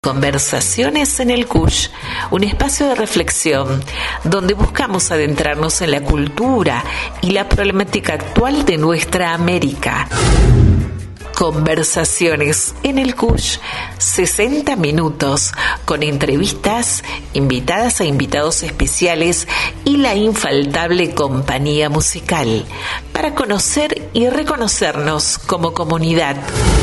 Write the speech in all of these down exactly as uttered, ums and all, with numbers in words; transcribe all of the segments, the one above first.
Conversaciones en el Cush, un espacio de reflexión donde buscamos adentrarnos en la cultura y la problemática actual de nuestra América. Conversaciones en el Cush, sesenta minutos con entrevistas, invitadas e invitados especiales y la infaltable compañía musical para conocer y reconocernos como comunidad.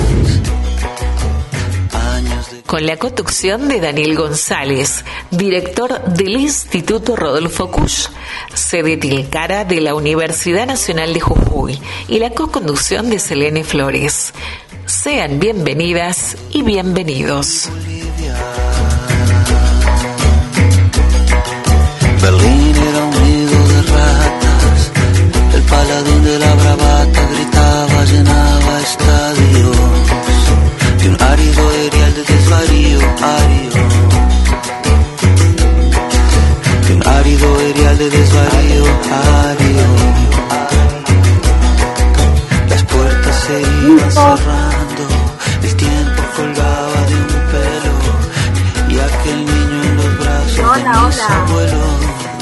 Con la conducción de Daniel González, director del Instituto Rodolfo Kusch, sede Tilcara de la Universidad Nacional de Jujuy, y la co-conducción de Selene Flores. Sean bienvenidas y bienvenidos. Berlín era un nido de ratas, el paladín de la bravata gritaba, llenaba estadios, de un árido erial de desvarío, ario, de un árido erial de desvarío, ario, las puertas se iban cerrando, el tiempo colgaba de un pelo, y aquel niño en los brazos hola, de mis hola. abuelos.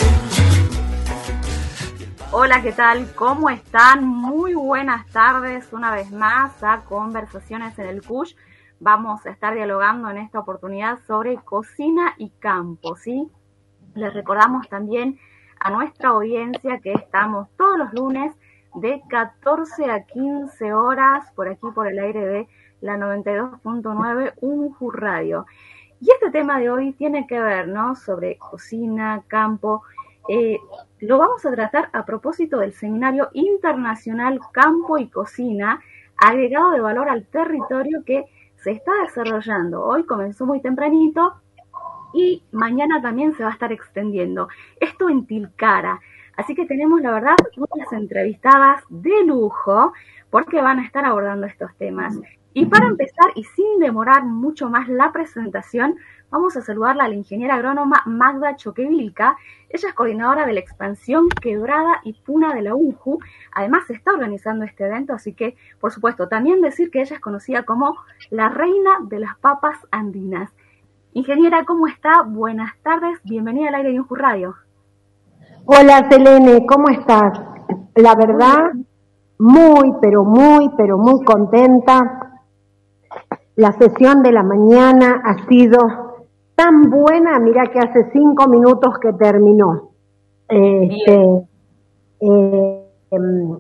Hola, ¿qué tal? ¿Cómo están? Muy buenas tardes una vez más a Conversaciones en el Cush. Vamos a estar dialogando en esta oportunidad sobre cocina y campo, ¿sí? Les recordamos también a nuestra audiencia que estamos todos los lunes de catorce a quince horas por aquí por el aire de la noventa y dos punto nueve Unju Radio. Y este tema de hoy tiene que ver, ¿no? Sobre cocina, campo. Eh, lo vamos a tratar a propósito del Seminario Internacional Campo y Cocina, agregado de valor al territorio que se está desarrollando. Hoy comenzó muy tempranito y mañana también se va a estar extendiendo. Esto en Tilcara. Así que tenemos, la verdad, unas entrevistadas de lujo porque van a estar abordando estos temas. Y para empezar, y sin demorar mucho más la presentación, vamos a saludarla a la ingeniera agrónoma Magda Choquevilca. Ella es coordinadora de la expansión Quebrada y Puna de la Unju. Además, se está organizando este evento, así que, por supuesto, también decir que ella es conocida como la reina de las papas andinas. Ingeniera, ¿cómo está? Buenas tardes, bienvenida al aire de Unju Radio. Hola, Selene, ¿cómo estás? La verdad, muy, pero muy, pero muy contenta. La sesión de la mañana ha sido tan buena, mira que hace cinco minutos que terminó. Este, eh, eh,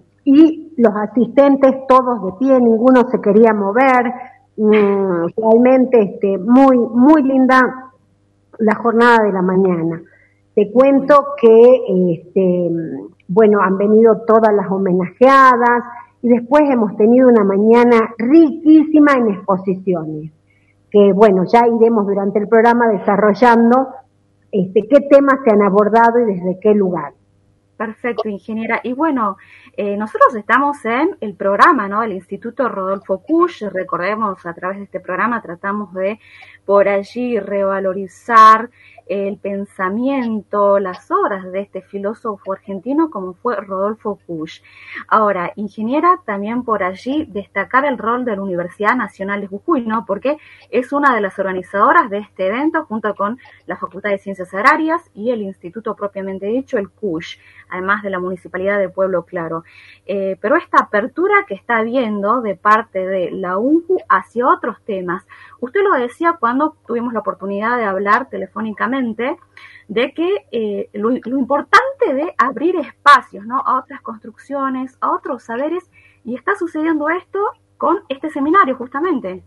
y los asistentes todos de pie, ninguno se quería mover. Mm, realmente este, muy, muy linda la jornada de la mañana. Te cuento que, este, bueno, han venido todas las homenajeadas y después hemos tenido una mañana riquísima en exposiciones, que bueno, ya iremos durante el programa desarrollando este, qué temas se han abordado y desde qué lugar. Perfecto, ingeniera. Y bueno, eh, nosotros estamos en el programa, ¿no? El Instituto Rodolfo Kusch. Recordemos, a través de este programa tratamos de por allí revalorizar el pensamiento, las obras de este filósofo argentino como fue Rodolfo Kusch. Ahora, ingeniera, también por allí destacar el rol de la Universidad Nacional de Jujuy, ¿no? Porque es una de las organizadoras de este evento junto con la Facultad de Ciencias Agrarias y el instituto propiamente dicho, el Kusch, además de la Municipalidad de Pueblo Claro. Eh, pero esta apertura que está habiendo de parte de la Unju hacia otros temas, usted lo decía cuando tuvimos la oportunidad de hablar telefónicamente de que eh, lo, lo importante de abrir espacios, ¿no? A otras construcciones, a otros saberes, y está sucediendo esto con este seminario justamente.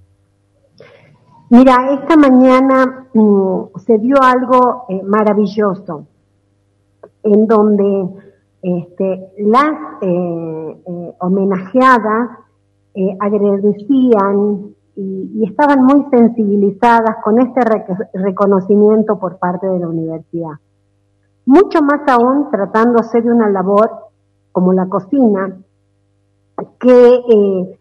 Mira, esta mañana mmm, se dio algo eh, maravilloso, en donde este, las eh, eh, homenajeadas eh, agradecían y, y estaban muy sensibilizadas con este rec- reconocimiento por parte de la universidad. Mucho más aún tratándose de una labor como la cocina, que eh,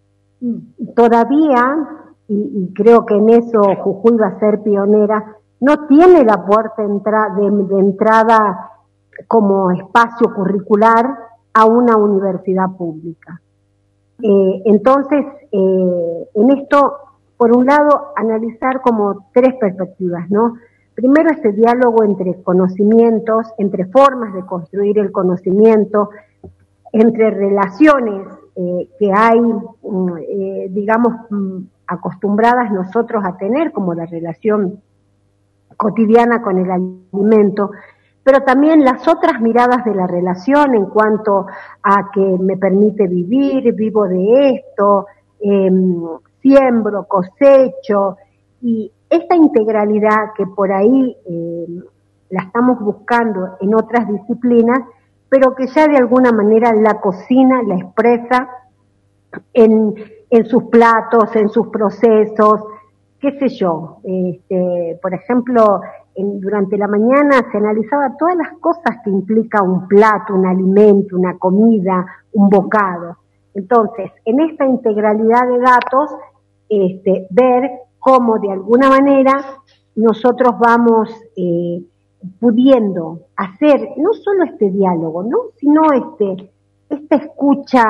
todavía, y, y creo que en eso Jujuy va a ser pionera, no tiene la puerta entra- de, de entrada como espacio curricular a una universidad pública. Eh, entonces, eh, en esto por un lado, analizar como tres perspectivas, ¿no? Primero, este diálogo entre conocimientos, entre formas de construir el conocimiento, entre relaciones eh, que hay, eh, digamos, acostumbradas nosotros a tener, como la relación cotidiana con el alimento, pero también las otras miradas de la relación en cuanto a que me permite vivir, vivo de esto, eh, siembro, cosecho, y esta integralidad que por ahí eh, la estamos buscando en otras disciplinas, pero que ya de alguna manera la cocina la expresa en, en sus platos, en sus procesos, qué sé yo. Este, por ejemplo, en, durante la mañana se analizaba todas las cosas que implica un plato, un alimento, una comida, un bocado. Entonces, en esta integralidad de datos, este, ver cómo de alguna manera nosotros vamos eh, pudiendo hacer no solo este diálogo, ¿no? Sino este, esta escucha,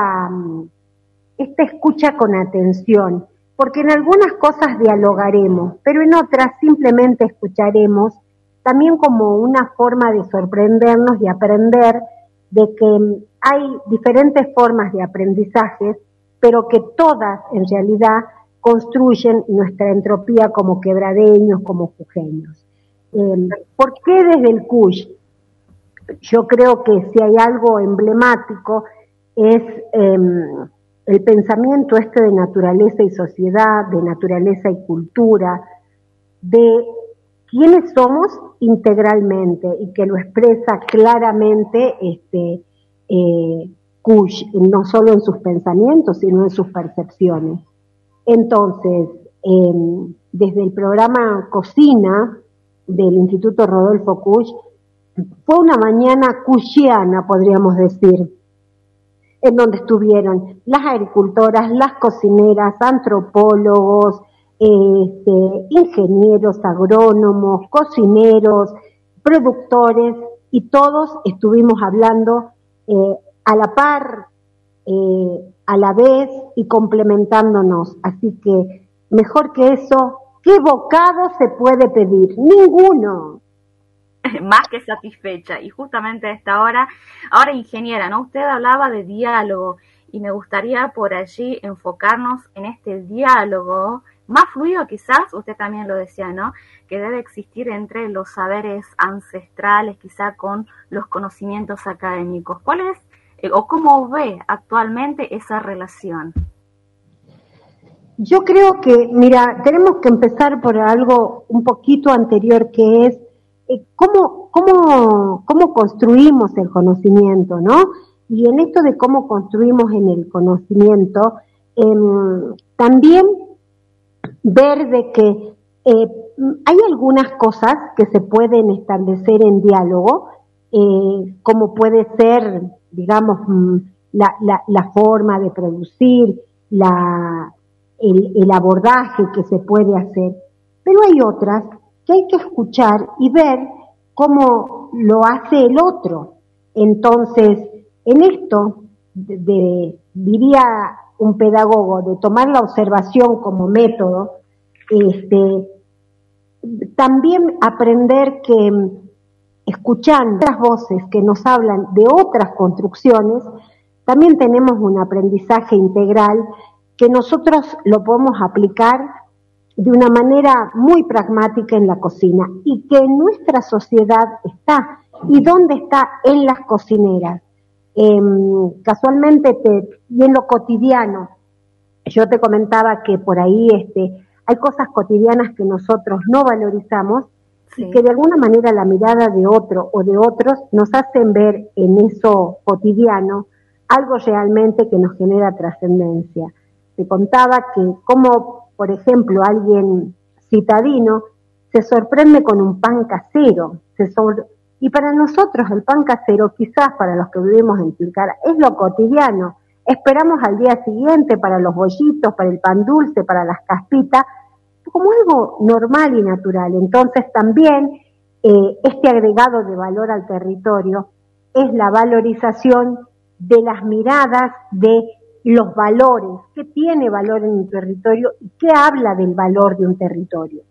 esta escucha con atención, porque en algunas cosas dialogaremos, pero en otras simplemente escucharemos, también como una forma de sorprendernos y aprender de que hay diferentes formas de aprendizajes, pero que todas en realidad construyen nuestra entropía como quebradeños, como jujeños. Eh, ¿Por qué desde el Cuy? Yo creo que si hay algo emblemático es eh, el pensamiento este de naturaleza y sociedad, de naturaleza y cultura, de quiénes somos integralmente y que lo expresa claramente este eh, Cuy, no solo en sus pensamientos, sino en sus percepciones. Entonces, eh, desde el programa Cocina del Instituto Rodolfo Cuy, fue una mañana cuyiana, podríamos decir, en donde estuvieron las agricultoras, las cocineras, antropólogos, este, ingenieros, agrónomos, cocineros, productores, y todos estuvimos hablando eh, a la par, eh, a la vez y complementándonos. Así que, mejor que eso, ¿qué bocado se puede pedir? Ninguno. Más que satisfecha. Y justamente a esta hora, ahora ingeniera, ¿no? Usted hablaba de diálogo y me gustaría por allí enfocarnos en este diálogo más fluido, quizás, usted también lo decía, ¿no? Que debe existir entre los saberes ancestrales, quizá con los conocimientos académicos. ¿Cuál es eh, o cómo ve actualmente esa relación? Yo creo que, mira, tenemos que empezar por algo un poquito anterior, que es eh, cómo, cómo, cómo construimos el conocimiento, ¿no? Y en esto de cómo construimos en el conocimiento, eh, también ver de que eh, hay algunas cosas que se pueden establecer en diálogo, eh, como puede ser, digamos, la, la, la forma de producir, la, el, el abordaje que se puede hacer, pero hay otras que hay que escuchar y ver cómo lo hace el otro. Entonces, en esto, de, de, diría un pedagogo, de tomar la observación como método, este, también aprender que escuchando las voces que nos hablan de otras construcciones, también tenemos un aprendizaje integral que nosotros lo podemos aplicar de una manera muy pragmática en la cocina y que en nuestra sociedad está. ¿Y dónde está? En las cocineras. Eh, casualmente, te, y en lo cotidiano, yo te comentaba que por ahí este, hay cosas cotidianas que nosotros no valorizamos, sí, y que de alguna manera la mirada de otro o de otros nos hacen ver en eso cotidiano algo realmente que nos genera trascendencia. Te contaba que como, por ejemplo, alguien citadino se sorprende con un pan casero, se sobre... y para nosotros el pan casero, quizás para los que vivimos en Tilcara, es lo cotidiano. Esperamos al día siguiente para los bollitos, para el pan dulce, para las caspitas, como algo normal y natural. Entonces también eh, este agregado de valor al territorio es la valorización de las miradas de los valores, qué tiene valor en un territorio y qué habla del valor de un territorio.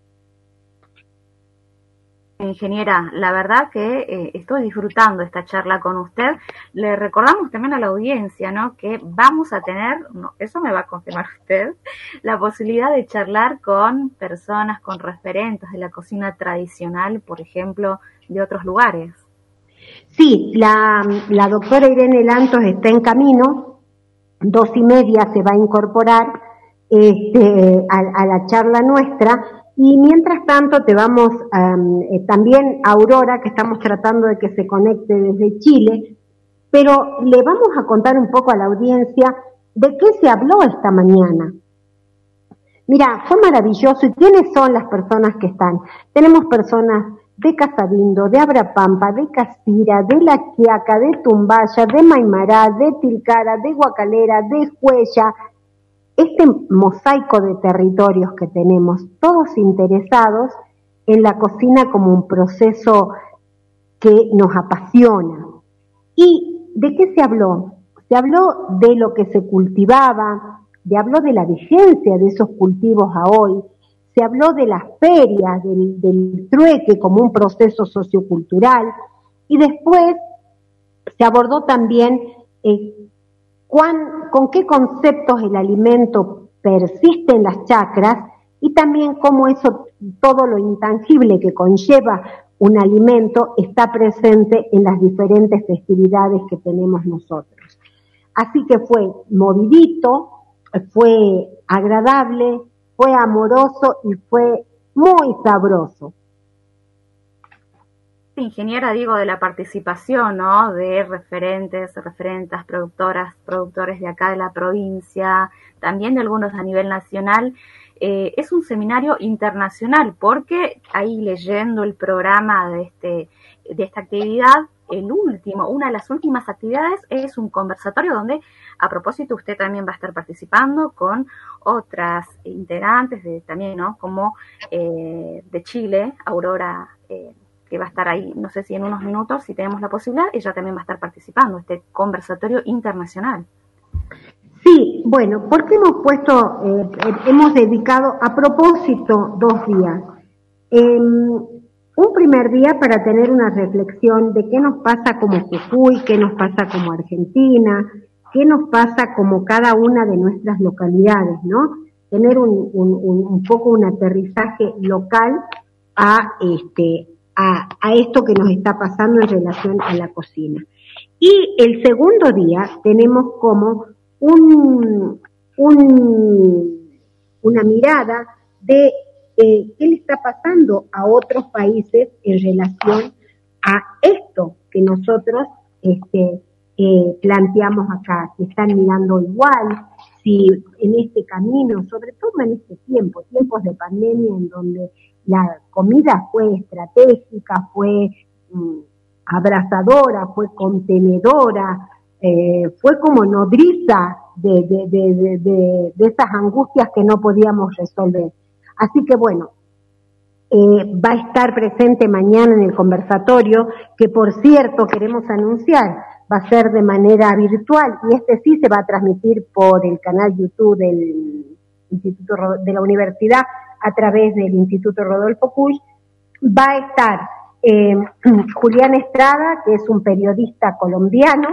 Ingeniera, la verdad que eh, estoy disfrutando esta charla con usted. Le recordamos también a la audiencia, ¿no?, que vamos a tener, no, eso me va a confirmar usted, la posibilidad de charlar con personas, con referentes de la cocina tradicional, por ejemplo, de otros lugares. Sí, la, la doctora Irene Lantos está en camino, dos y media se va a incorporar este, a, a la charla nuestra. Y mientras tanto te vamos um, eh, también a Aurora, que estamos tratando de que se conecte desde Chile, pero le vamos a contar un poco a la audiencia de qué se habló esta mañana. Mira, fue maravilloso. ¿Y quiénes son las personas que están? Tenemos personas de Casabindo, de Abrapampa, de Casira, de La Quiaca, de Tumbaya, de Maimará, de Tilcara, de Guacalera, de Huella. Este mosaico de territorios que tenemos, todos interesados en la cocina como un proceso que nos apasiona. ¿Y de qué se habló? Se habló de lo que se cultivaba, se habló de la vigencia de esos cultivos a hoy, se habló de las ferias, del, del trueque como un proceso sociocultural, y después se abordó también eh, Cuán, con qué conceptos el alimento persiste en las chacras y también cómo eso, todo lo intangible que conlleva un alimento está presente en las diferentes festividades que tenemos nosotros. Así que fue movidito, fue agradable, fue amoroso y fue muy sabroso. Ingeniera, digo, de la participación, ¿no?, de referentes, referentas, productoras, productores de acá de la provincia, también de algunos a nivel nacional. Eh, es un seminario internacional, porque ahí leyendo el programa de este de esta actividad, el último, una de las últimas actividades es un conversatorio donde, a propósito, usted también va a estar participando con otras integrantes de también, ¿no?, como eh, de Chile, Aurora, eh, que va a estar ahí, no sé si en unos minutos, si tenemos la posibilidad, ella también va a estar participando, este conversatorio internacional. Sí, bueno, porque hemos puesto, eh, hemos dedicado a propósito dos días. Eh, un primer día para tener una reflexión de qué nos pasa como Jujuy, qué nos pasa como Argentina, qué nos pasa como cada una de nuestras localidades, ¿no? Tener un, un, un, un poco un aterrizaje local a este A, a esto que nos está pasando en relación a la cocina. Y el segundo día tenemos como un, un, una mirada de eh, qué le está pasando a otros países en relación a esto que nosotros este, eh, planteamos acá, si están mirando igual, si en este camino, sobre todo en este tiempo, tiempos de pandemia en donde la comida fue estratégica, fue mm, abrazadora, fue contenedora, eh, fue como nodriza de, de, de, de, de, de esas angustias que no podíamos resolver. Así que bueno, eh, va a estar presente mañana en el conversatorio, que por cierto queremos anunciar, va a ser de manera virtual, y este sí se va a transmitir por el canal YouTube del Instituto de la Universidad, a través del Instituto Rodolfo Kusch. Va a estar eh, Julián Estrada, que es un periodista colombiano,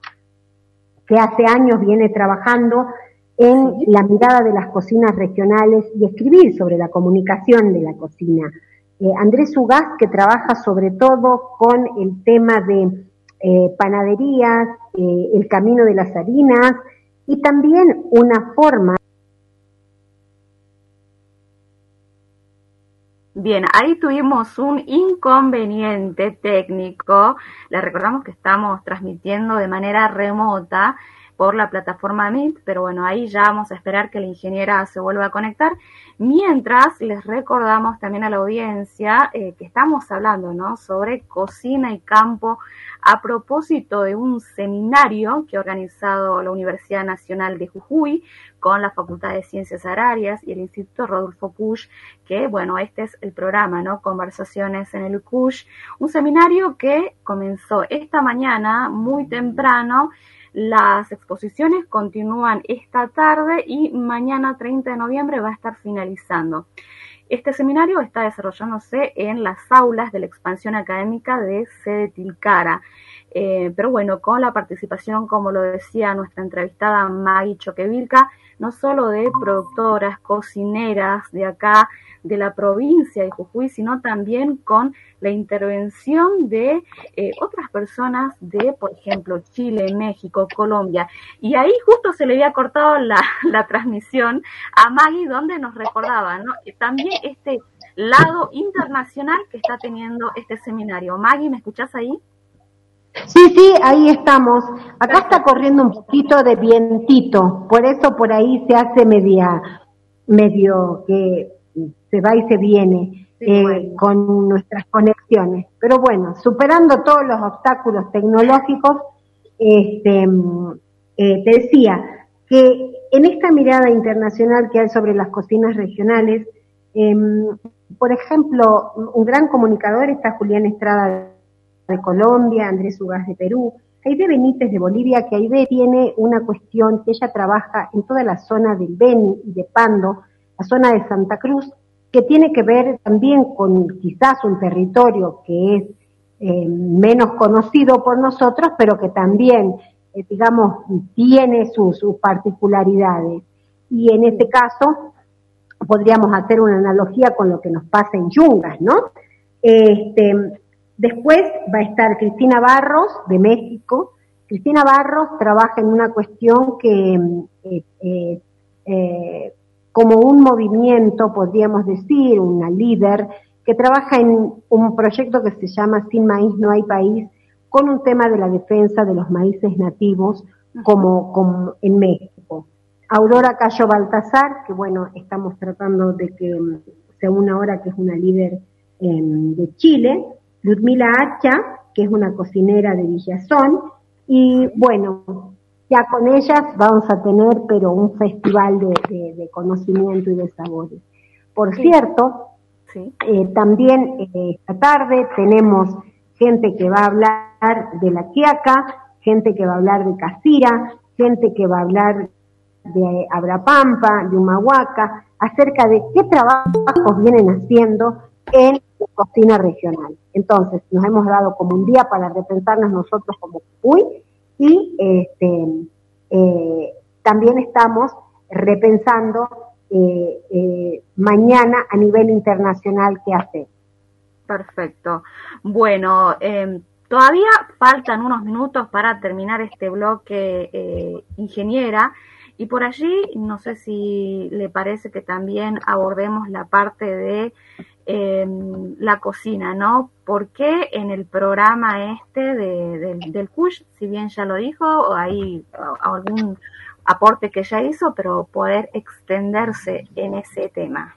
que hace años viene trabajando en la mirada de las cocinas regionales y escribir sobre la comunicación de la cocina. Eh, Andrés Ugaz, que trabaja sobre todo con el tema de eh, panaderías, eh, el camino de las harinas y también una forma. Bien, ahí tuvimos un inconveniente técnico. Les recordamos que estamos transmitiendo de manera remota por la plataforma Meet, pero bueno, ahí ya vamos a esperar que la ingeniera se vuelva a conectar. Mientras, les recordamos también a la audiencia eh, que estamos hablando, ¿no?, sobre cocina y campo a propósito de un seminario que ha organizado la Universidad Nacional de Jujuy con la Facultad de Ciencias Agrarias y el Instituto Rodolfo Kusch, que, bueno, este es el programa, ¿no?, Conversaciones en el Kusch, un seminario que comenzó esta mañana muy temprano Las exposiciones continúan esta tarde y mañana treinta de noviembre va a estar finalizando. Este seminario está desarrollándose en las aulas de la expansión académica de sede Tilcara. Eh, pero bueno, con la participación, como lo decía nuestra entrevistada Maggie Choquevilca, no solo de productoras, cocineras de acá, de la provincia de Jujuy, sino también con la intervención de eh, otras personas de, por ejemplo, Chile, México, Colombia. Y ahí justo se le había cortado la, la transmisión a Maggie, donde nos recordaba, ¿no?, también este lado internacional que está teniendo este seminario. Maggie, ¿me escuchás ahí? Sí, sí, ahí estamos. Acá está corriendo un poquito de vientito, por eso por ahí se hace media, medio que se va y se viene sí, eh, bueno. con nuestras conexiones. Pero bueno, superando todos los obstáculos tecnológicos, este, eh, te decía que en esta mirada internacional que hay sobre las cocinas regionales, eh, por ejemplo, un gran comunicador está Julián Estrada de Colombia, Andrés Ugaz de Perú, Aide Benítez de Bolivia, que Aide tiene una cuestión que ella trabaja en toda la zona del Beni y de Pando, la zona de Santa Cruz, que tiene que ver también con quizás un territorio que es eh, menos conocido por nosotros, pero que también, eh, digamos, tiene sus, sus particularidades. Y en este caso, podríamos hacer una analogía con lo que nos pasa en Yungas, ¿no? Este... Después va a estar Cristina Barros, de México. Cristina Barros trabaja en una cuestión que, eh, eh, eh, como un movimiento, podríamos decir, una líder, que trabaja en un proyecto que se llama Sin Maíz No Hay País, con un tema de la defensa de los maíces nativos, como, como en México. Aurora Cayo Baltasar, que bueno, estamos tratando de que se una ahora, que es una líder eh, de Chile. Ludmila Hacha, que es una cocinera de Villazón, y bueno, ya con ellas vamos a tener pero un festival de, de, de conocimiento y de sabores. Por sí. cierto, sí. Eh, también eh, esta tarde tenemos gente que va a hablar de la quiaca, gente que va a hablar de casira, gente que va a hablar de Abrapampa, de Humahuaca, acerca de qué trabajos vienen haciendo en la cocina regional. Entonces, nos hemos dado como un día para repensarnos nosotros como Jujuy y este, eh, también estamos repensando eh, eh, mañana a nivel internacional qué hacer. Perfecto. Bueno, eh, todavía faltan unos minutos para terminar este bloque, eh, ingeniera, y por allí no sé si le parece que también abordemos la parte de Eh, la cocina, ¿no? ¿Por qué en el programa este de, de, del C U S H, si bien ya lo dijo, o hay algún aporte que ya hizo, pero poder extenderse en ese tema?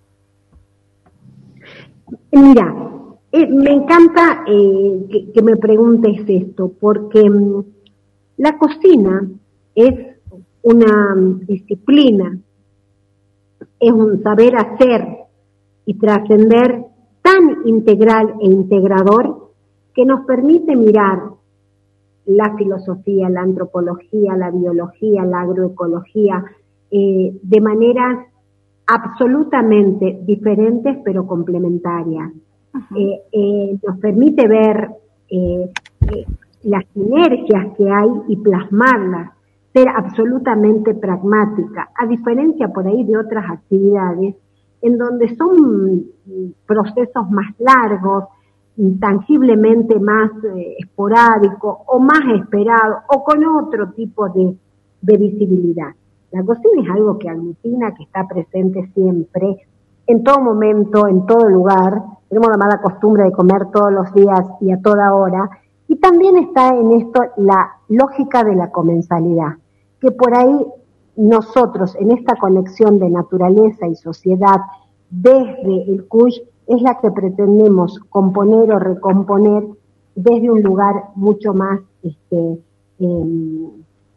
Mira, eh, me encanta eh, que, que me preguntes esto, porque um, la cocina es una um, disciplina, es un saber hacer y trascender tan integral e integrador que nos permite mirar la filosofía, la antropología, la biología, la agroecología, eh, de maneras absolutamente diferentes pero complementarias. Uh-huh. Eh, eh, nos permite ver eh, eh, las sinergias que hay y plasmarlas, ser absolutamente pragmática, a diferencia por ahí de otras actividades en donde son procesos más largos, tangiblemente más eh, esporádicos o más esperados o con otro tipo de, de visibilidad. La cocina es algo que aglutina, que está presente siempre, en todo momento, en todo lugar. Tenemos la mala costumbre de comer todos los días y a toda hora. Y también está en esto la lógica de la comensalidad, que por ahí nosotros en esta conexión de naturaleza y sociedad desde el C U S H es la que pretendemos componer o recomponer desde un lugar mucho más este, eh,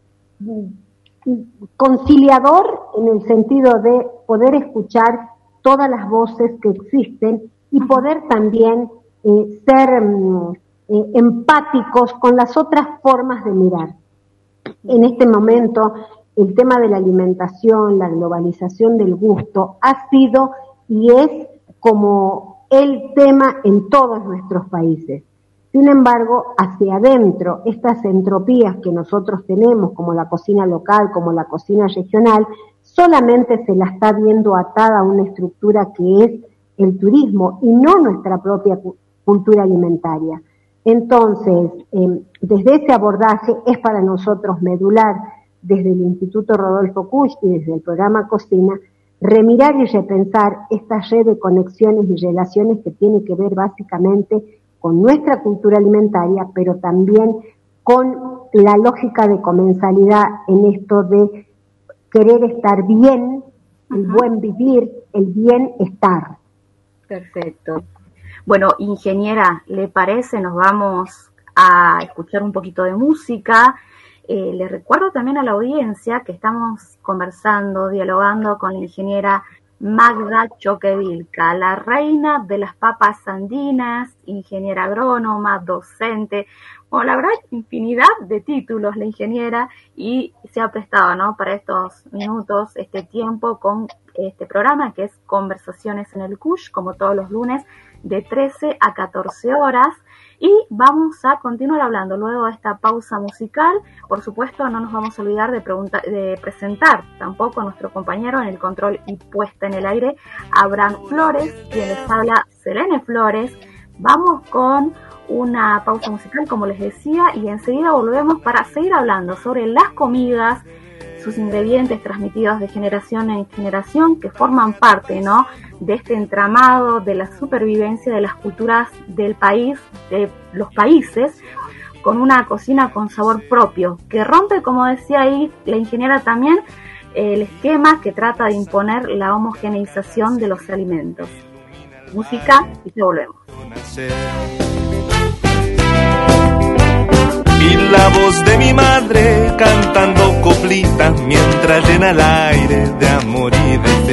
conciliador, en el sentido de poder escuchar todas las voces que existen y poder también eh, ser eh, empáticos con las otras formas de mirar. En este momento, el tema de la alimentación, la globalización del gusto, ha sido y es como el tema en todos nuestros países. Sin embargo, hacia adentro, estas entropías que nosotros tenemos, como la cocina local, como la cocina regional, solamente se la está viendo atada a una estructura que es el turismo y no nuestra propia cultura alimentaria. Entonces, eh, desde ese abordaje es para nosotros medular, desde el Instituto Rodolfo Kusch y desde el programa Cocina, remirar y repensar esta red de conexiones y relaciones que tiene que ver básicamente con nuestra cultura alimentaria, pero también con la lógica de comensalidad en esto de querer estar bien, el uh-huh. buen vivir, el bienestar. Perfecto. Bueno, ingeniera, ¿le parece? Nos vamos a escuchar un poquito de música. Eh, le recuerdo también a la audiencia que estamos conversando, dialogando con la ingeniera Magda Choquevilca, la reina de las papas andinas, ingeniera agrónoma, docente. Bueno, la verdad, infinidad de títulos la ingeniera, y se ha prestado, ¿no?, para estos minutos, este tiempo con este programa que es Conversaciones en el Kusch, como todos los lunes, de trece a catorce horas. Y vamos a continuar hablando luego de esta pausa musical. Por supuesto, no nos vamos a olvidar de, pregunta, de presentar tampoco a nuestro compañero en el control y puesta en el aire, Abraham Flores, quien les habla, Selene Flores. Vamos con una pausa musical, como les decía, y enseguida volvemos para seguir hablando sobre las comidas, sus ingredientes transmitidos de generación en generación, que forman parte, ¿no?, de este entramado de la supervivencia de las culturas del país, de los países, con una cocina con sabor propio, que rompe, como decía ahí la ingeniera también, el esquema que trata de imponer la homogeneización de los alimentos. Música y te volvemos. Y la voz de mi madre cantando coplitas mientras llena el aire de amor y de fe.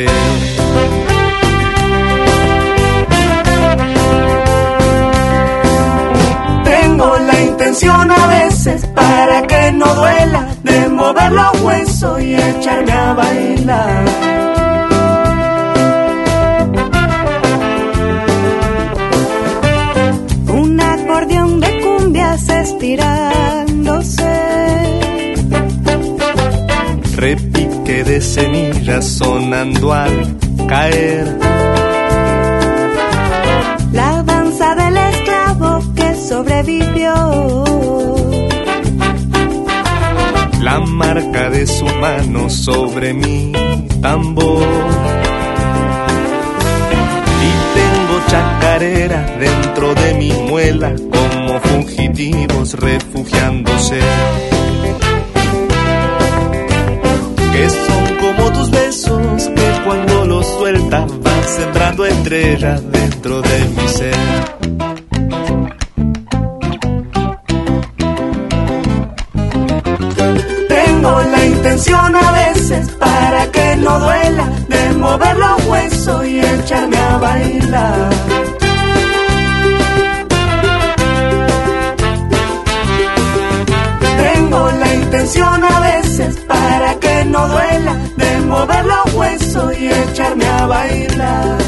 Tengo la intención a veces, para que no duela, de mover los huesos y echarme a bailar. Un acordeón de cumbias estirándose, repique de semillas sonando al caer, la danza del esclavo que sobrevivió, la marca de su mano sobre mi tambor. Y tengo chacareras dentro de mi muela, como fugitivos refugiándose, que son como tus besos, que cuando los sueltas van sembrando estrellas dentro de mi ser. Tengo la intención a veces, para que no duela, de mover los huesos y echarme a bailar. Tengo la intención a veces, para que no duela, de mover los huesos y echarme a bailar.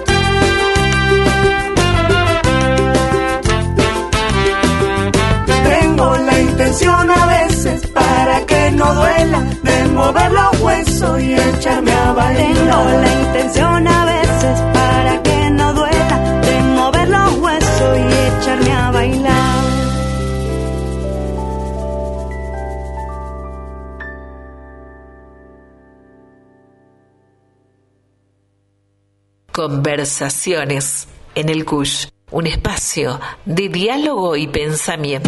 Tengo la intención a veces, para que no duela, de mover los huesos y echarme a bailar. Tengo la intención a veces, para que no duela, de mover los huesos y echarme a bailar. Conversaciones en el Kusch, un espacio de diálogo y pensamiento.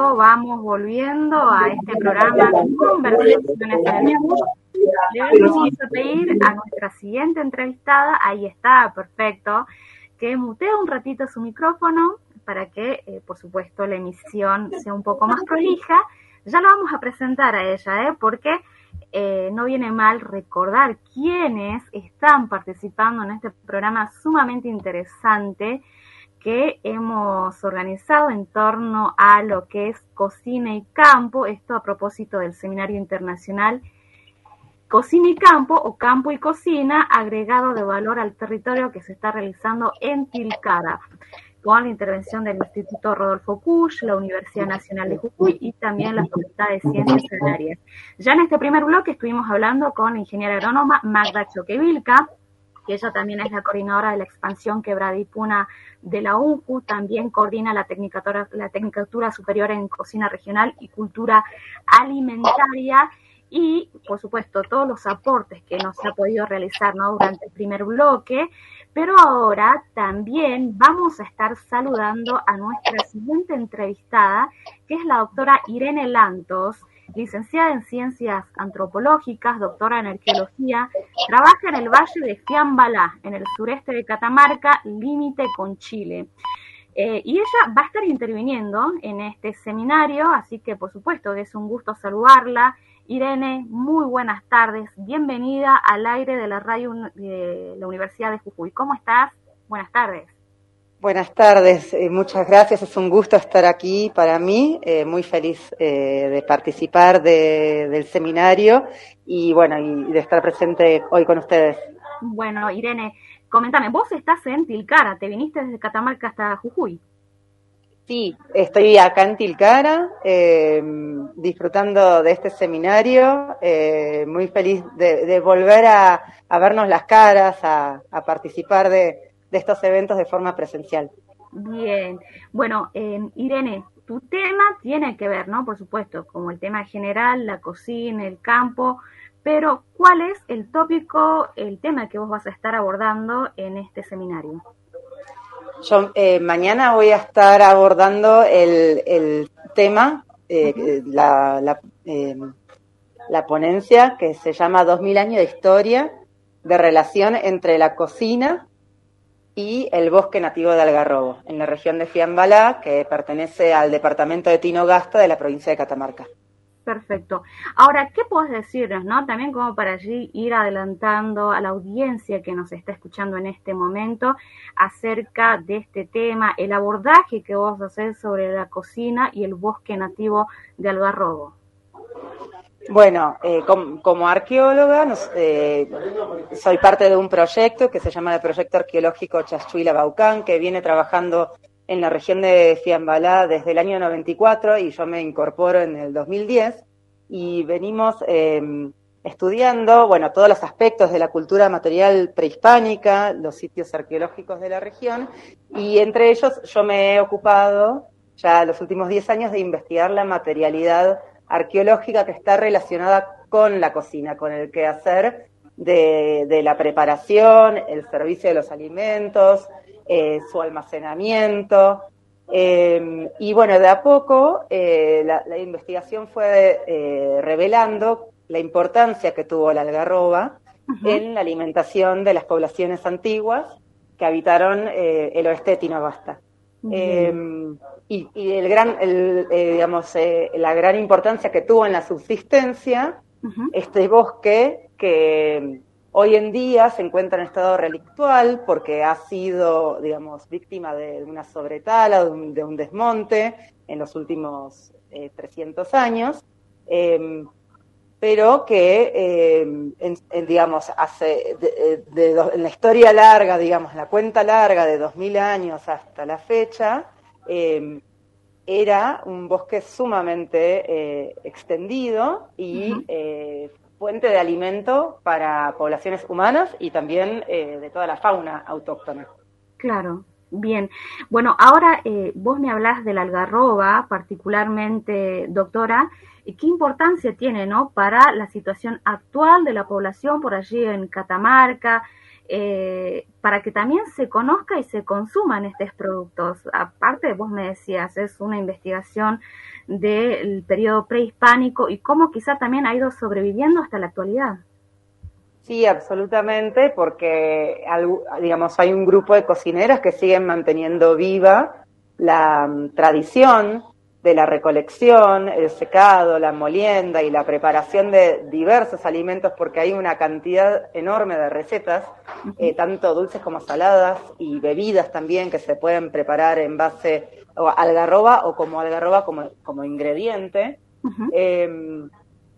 poquito vamos volviendo a este programa Conversaciones en el Cush. Le vamos a pedir a nuestra siguiente entrevistada, ahí está, perfecto, que mutee un ratito su micrófono para que, eh, por supuesto, la emisión sea un poco más prolija. Ya lo vamos a presentar a ella, ¿eh? Porque eh, no viene mal recordar quiénes están participando en este programa sumamente interesante que hemos organizado en torno a lo que es cocina y campo, esto a propósito del Seminario Internacional Cocina y Campo, o Campo y Cocina, agregado de valor al territorio, que se está realizando en Tilcara, con la intervención del Instituto Rodolfo Kusch, la Universidad Nacional de Jujuy y también la Facultad de Ciencias Agrarias. Ya en este primer bloque estuvimos hablando con la ingeniera agrónoma Magda Choquevilca, que ella también es la coordinadora de la expansión Quebrada y Puna de la U N J U, también coordina la Tecnicatura, la Tecnicatura Superior en Cocina Regional y Cultura Alimentaria, y, por supuesto, todos los aportes que nos ha podido realizar, ¿no?, durante el primer bloque. Pero ahora también vamos a estar saludando a nuestra siguiente entrevistada, que es la doctora Irene Lantos, licenciada en Ciencias Antropológicas, doctora en Arqueología, trabaja en el Valle de Fiambalá, en el sureste de Catamarca, límite con Chile. Eh, y ella va a estar interviniendo en este seminario, así que, por supuesto, es un gusto saludarla. Irene, muy buenas tardes, bienvenida al aire de la radio de la Universidad de Jujuy. ¿Cómo estás? Buenas tardes. Buenas tardes, eh, muchas gracias, es un gusto estar aquí para mí, eh, muy feliz eh, de participar de, del seminario y bueno, y de estar presente hoy con ustedes. Bueno, Irene, coméntame, vos estás en Tilcara, ¿te viniste desde Catamarca hasta Jujuy? Sí, estoy acá en Tilcara, eh, disfrutando de este seminario, eh, muy feliz de, de volver a, a vernos las caras, a, a participar de, de estos eventos de forma presencial. Bien, bueno, eh, Irene, tu tema tiene que ver, ¿no? Por supuesto, como el tema general, la cocina, el campo, pero ¿cuál es el tópico, el tema que vos vas a estar abordando en este seminario? Yo eh, mañana voy a estar abordando el, el tema, eh, uh-huh. la, la, eh, la ponencia que se llama dos mil años de historia de relación entre la cocina y el bosque nativo de Algarrobo, en la región de Fiambalá, que pertenece al departamento de Tinogasta de la provincia de Catamarca. Perfecto. Ahora, ¿qué podés decirnos, no? También como para allí ir adelantando a la audiencia que nos está escuchando en este momento acerca de este tema, el abordaje que vos hacés sobre la cocina y el bosque nativo de Algarrobo. Bueno, eh, com, como arqueóloga nos, eh, soy parte de un proyecto que se llama el Proyecto Arqueológico Chaschuila-Baucán, que viene trabajando en la región de Fiambalá desde el año noventa y cuatro y yo me incorporo en el dos mil diez y venimos eh, estudiando, bueno, todos los aspectos de la cultura material prehispánica, los sitios arqueológicos de la región, y entre ellos yo me he ocupado ya los últimos diez años de investigar la materialidad arqueológica que está relacionada con la cocina, con el quehacer de, de la preparación, el servicio de los alimentos, Eh, su almacenamiento, eh, y bueno, de a poco eh, la, la investigación fue eh, revelando la importancia que tuvo la algarroba uh-huh. en la alimentación de las poblaciones antiguas que habitaron eh, el oeste de Tinogasta. Uh-huh. Eh, y, y el gran, el, eh, digamos, eh, la gran importancia que tuvo en la subsistencia uh-huh. este bosque que hoy en día se encuentra en estado relictual porque ha sido, digamos, víctima de una sobretala, de un, de un desmonte en los últimos eh, trescientos años, eh, pero que, eh, en, en, digamos, hace de, de, de, en la historia larga, digamos, la cuenta larga de dos mil años hasta la fecha, eh, era un bosque sumamente eh, extendido y uh-huh. eh, fuente de alimento para poblaciones humanas y también eh, de toda la fauna autóctona. Claro, bien. Bueno, ahora eh, vos me hablás de la algarroba, particularmente, doctora, ¿qué importancia tiene, no, para la situación actual de la población por allí en Catamarca, eh, para que también se conozca y se consuman estos productos? Aparte, vos me decías, es una investigación del periodo prehispánico y cómo quizá también ha ido sobreviviendo hasta la actualidad. Sí, absolutamente, porque digamos hay un grupo de cocineras que siguen manteniendo viva la um, tradición de la recolección, el secado, la molienda y la preparación de diversos alimentos, porque hay una cantidad enorme de recetas, uh-huh. eh, tanto dulces como saladas, y bebidas también que se pueden preparar en base a algarroba o como algarroba como, como ingrediente. Uh-huh. Eh,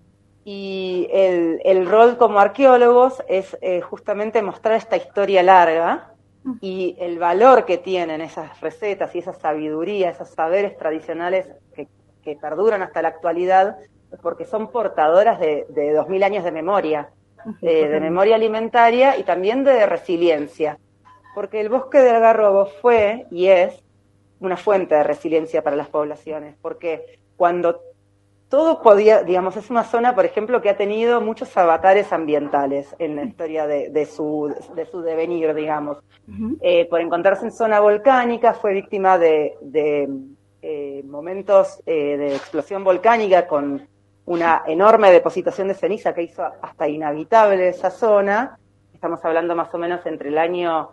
y el, el rol como arqueólogos es eh, justamente mostrar esta historia larga y el valor que tienen esas recetas y esa sabiduría, esos saberes tradicionales que, que perduran hasta la actualidad, porque son portadoras de, de dos mil años de memoria, eh, de memoria alimentaria y también de resiliencia, porque el bosque de Algarrobo fue y es una fuente de resiliencia para las poblaciones, porque cuando todo podía, digamos, es una zona, por ejemplo, que ha tenido muchos avatares ambientales en la historia de, de, su, de su devenir, digamos. Uh-huh. Eh, por encontrarse en zona volcánica, fue víctima de, de eh, momentos eh, de explosión volcánica con una enorme depositación de ceniza que hizo hasta inhabitable esa zona. Estamos hablando más o menos entre el año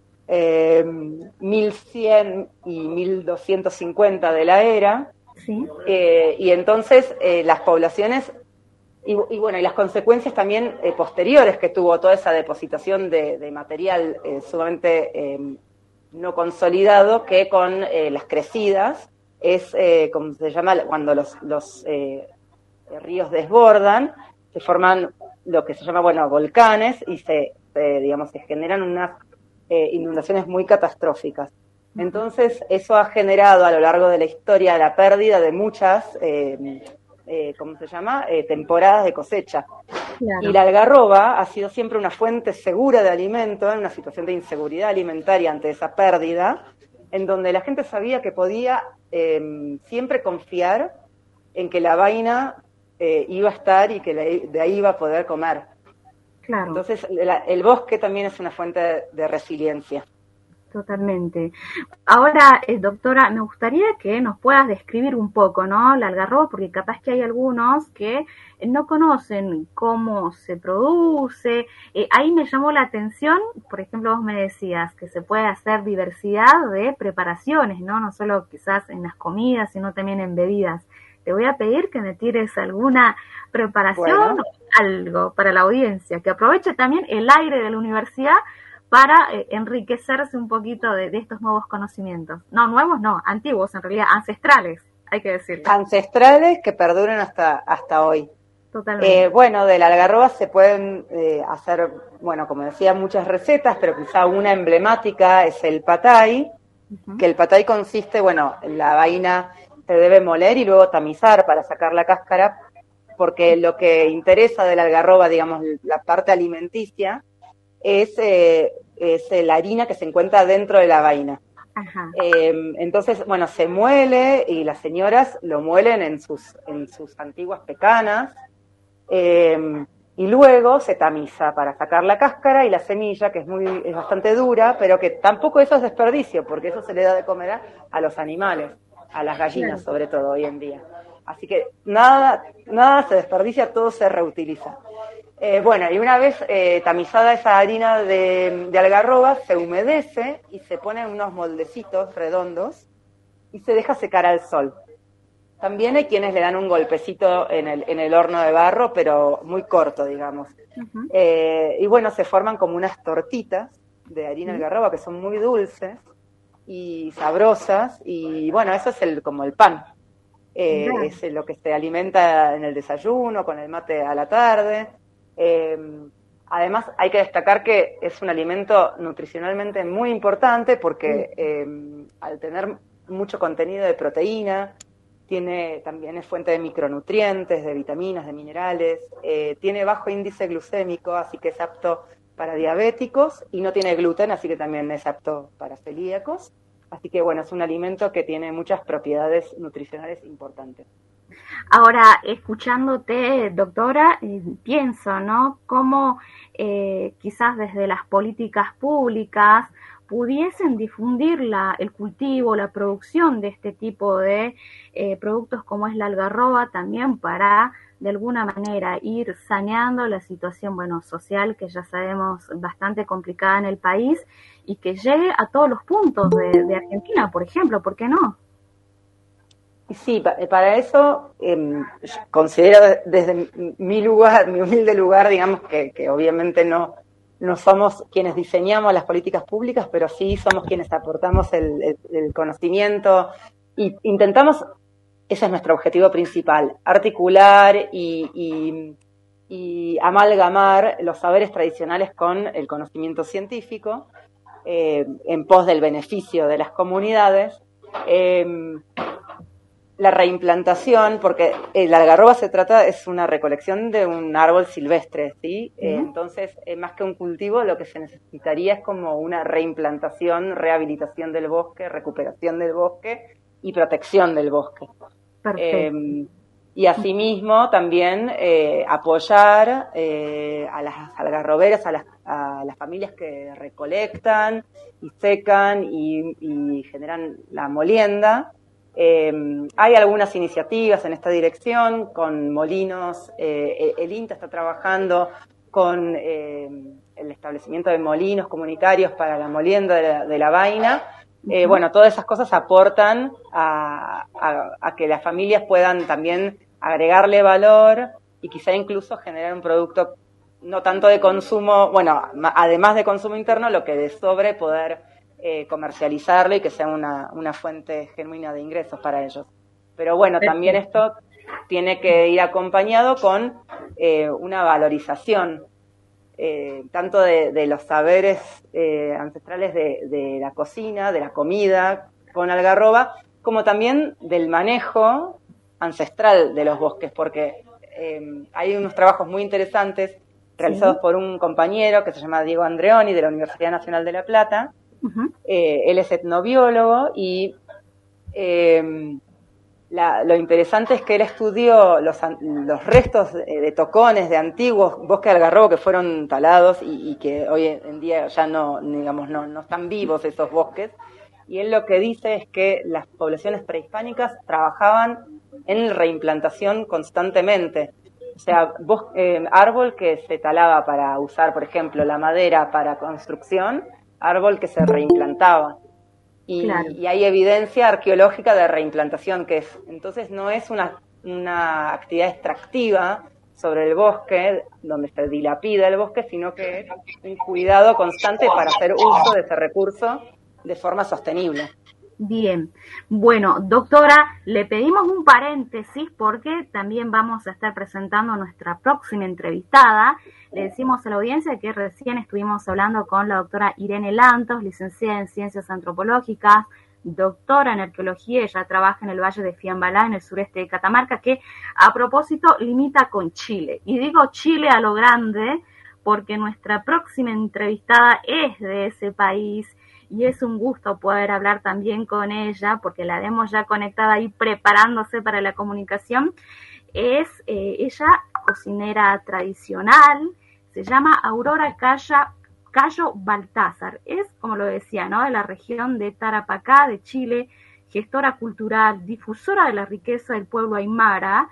eh, mil cien y mil doscientos cincuenta de la era. Sí. Eh, y entonces eh, las poblaciones y, y bueno y las consecuencias también eh, posteriores que tuvo toda esa depositación de, de material eh, sumamente eh, no consolidado, que con eh, las crecidas es eh, como se llama cuando los, los eh, ríos desbordan, se forman lo que se llama bueno volcanes y se eh, digamos se generan unas eh, inundaciones muy catastróficas. Entonces, eso ha generado a lo largo de la historia la pérdida de muchas, eh, eh, ¿cómo se llama?, eh, temporadas de cosecha. Claro. Y la algarroba ha sido siempre una fuente segura de alimento en una situación de inseguridad alimentaria ante esa pérdida, en donde la gente sabía que podía eh, siempre confiar en que la vaina eh, iba a estar y que de ahí iba a poder comer. Claro. Entonces, la, el bosque también es una fuente de, de resiliencia. Totalmente. Ahora, eh, doctora, me gustaría que nos puedas describir un poco, ¿no?, la algarroba, porque capaz que hay algunos que no conocen cómo se produce. Eh, ahí me llamó la atención, por ejemplo, vos me decías que se puede hacer diversidad de preparaciones, ¿no? No solo quizás en las comidas, sino también en bebidas. Te voy a pedir que me tires alguna preparación, bueno. algo para la audiencia, que aproveche también el aire de la universidad para eh, enriquecerse un poquito de, de estos nuevos conocimientos. No, nuevos no, antiguos en realidad, ancestrales, hay que decirlo. Ancestrales que perduran hasta hasta hoy. Totalmente. Eh, bueno, de la algarroba se pueden eh, hacer, bueno, como decía, muchas recetas, pero quizá una emblemática es el patay, uh-huh. que el patay consiste, bueno, en la vaina se debe moler y luego tamizar para sacar la cáscara, porque lo que interesa de la algarroba, digamos, la parte alimenticia, es, eh, es la harina que se encuentra dentro de la vaina. Ajá. Eh, entonces, bueno, se muele y las señoras lo muelen en sus, en sus antiguas pecanas eh, y luego se tamiza para sacar la cáscara y la semilla, que es muy es bastante dura, pero que tampoco eso es desperdicio, porque eso se le da de comer a, a los animales, a las gallinas sobre todo hoy en día. Así que nada, nada se desperdicia, todo se reutiliza. Eh, bueno, y una vez eh, tamizada esa harina de, de algarroba, se humedece y se pone en unos moldecitos redondos y se deja secar al sol. También hay quienes le dan un golpecito en el, en el horno de barro, pero muy corto, digamos. Uh-huh. Eh, y bueno, se forman como unas tortitas de harina uh-huh. algarroba que son muy dulces y sabrosas. Y bueno, eso es el como el pan. Eh, uh-huh. Es lo que se alimenta en el desayuno, con el mate a la tarde. Eh, además, hay que destacar que es un alimento nutricionalmente muy importante porque eh, al tener mucho contenido de proteína, tiene también es fuente de micronutrientes, de vitaminas, de minerales, eh, tiene bajo índice glucémico, así que es apto para diabéticos, y no tiene gluten, así que también es apto para celíacos. Así que bueno, es un alimento que tiene muchas propiedades nutricionales importantes. Ahora, escuchándote, doctora, eh, pienso, ¿no?, cómo eh, quizás desde las políticas públicas pudiesen difundir la, el cultivo, la producción de este tipo de eh, productos como es la algarroba, también para de alguna manera ir saneando la situación, bueno, social, que ya sabemos bastante complicada en el país, y que llegue a todos los puntos de, de Argentina, por ejemplo, ¿por qué no? Sí, para eso eh, considero desde mi lugar, mi humilde lugar, digamos que, que obviamente no, no somos quienes diseñamos las políticas públicas, pero sí somos quienes aportamos el, el, el conocimiento y intentamos, ese es nuestro objetivo principal, articular y, y, y amalgamar los saberes tradicionales con el conocimiento científico eh, en pos del beneficio de las comunidades. Eh, La reimplantación, porque el algarroba se trata, es una recolección de un árbol silvestre, ¿sí? Uh-huh. Eh, entonces, eh, más que un cultivo, lo que se necesitaría es como una reimplantación, rehabilitación del bosque, recuperación del bosque y protección del bosque. Perfecto. Eh, y asimismo también eh, apoyar eh, a las algarroberas, a las, a las familias que recolectan y secan y, y generan la molienda. Eh, hay algunas iniciativas en esta dirección con molinos, eh, el INTA está trabajando con eh, el establecimiento de molinos comunitarios para la molienda de la, de la vaina. Eh, bueno, todas esas cosas aportan a, a, a que las familias puedan también agregarle valor y quizá incluso generar un producto no tanto de consumo, bueno, además de consumo interno, lo que de sobre poder Eh, comercializarlo y que sea una, una fuente genuina de ingresos para ellos. Pero bueno, también esto tiene que ir acompañado con eh, una valorización eh, tanto de, de los saberes eh, ancestrales de, de la cocina, de la comida con algarroba, como también del manejo ancestral de los bosques, porque eh, hay unos trabajos muy interesantes realizados ¿Sí? por un compañero que se llama Diego Andreoni de la Universidad Nacional de La Plata. Uh-huh. Eh, él es etnobiólogo y eh, la, lo interesante es que él estudió los, los restos de, de tocones de antiguos bosques de algarrobo que fueron talados y, y que hoy en día ya no, digamos, no, no están vivos esos bosques, y él lo que dice es que las poblaciones prehispánicas trabajaban en reimplantación constantemente. O sea, bos, eh, árbol que se talaba para usar, por ejemplo, la madera para construcción, árbol que se reimplantaba. Y, claro. y hay evidencia arqueológica de reimplantación, que es, entonces no es una, una actividad extractiva sobre el bosque, donde se dilapida el bosque, sino que es un cuidado constante para hacer uso de ese recurso de forma sostenible. Bien, bueno, doctora, le pedimos un paréntesis porque también vamos a estar presentando a nuestra próxima entrevistada. Le decimos a la audiencia que recién estuvimos hablando con la doctora Irene Lantos, licenciada en Ciencias Antropológicas, doctora en Arqueología, ella trabaja en el Valle de Fiambalá, en el sureste de Catamarca, que a propósito limita con Chile. Y digo Chile a lo grande porque nuestra próxima entrevistada es de ese país, y es un gusto poder hablar también con ella, porque la vemos ya conectada ahí preparándose para la comunicación. Es eh, ella cocinera tradicional, se llama Aurora Calla, Cayo Baltázar, es, como lo decía, ¿no?, de la región de Tarapacá, de Chile, gestora cultural, difusora de la riqueza del pueblo aymara.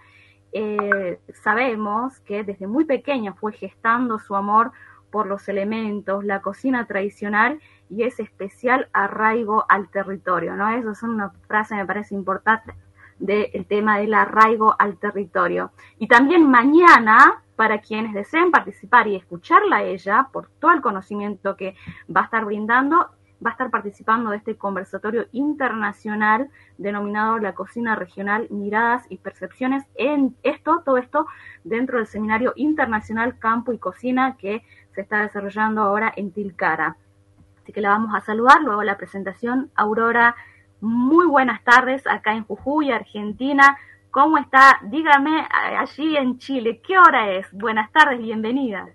Eh, sabemos que desde muy pequeña fue gestando su amor por los elementos, la cocina tradicional y ese especial arraigo al territorio, ¿no? Eso es una frase, me parece importante, del tema del arraigo al territorio. Y también mañana, para quienes deseen participar y escucharla a ella, por todo el conocimiento que va a estar brindando, va a estar participando de este conversatorio internacional denominado La Cocina Regional, Miradas y Percepciones. En esto, todo esto dentro del Seminario Internacional Campo y Cocina que se está desarrollando ahora en Tilcara. Así que la vamos a saludar, luego la presentación. Aurora, muy buenas tardes acá en Jujuy, Argentina. ¿Cómo está? Dígame, allí en Chile, ¿qué hora es? Buenas tardes, bienvenida.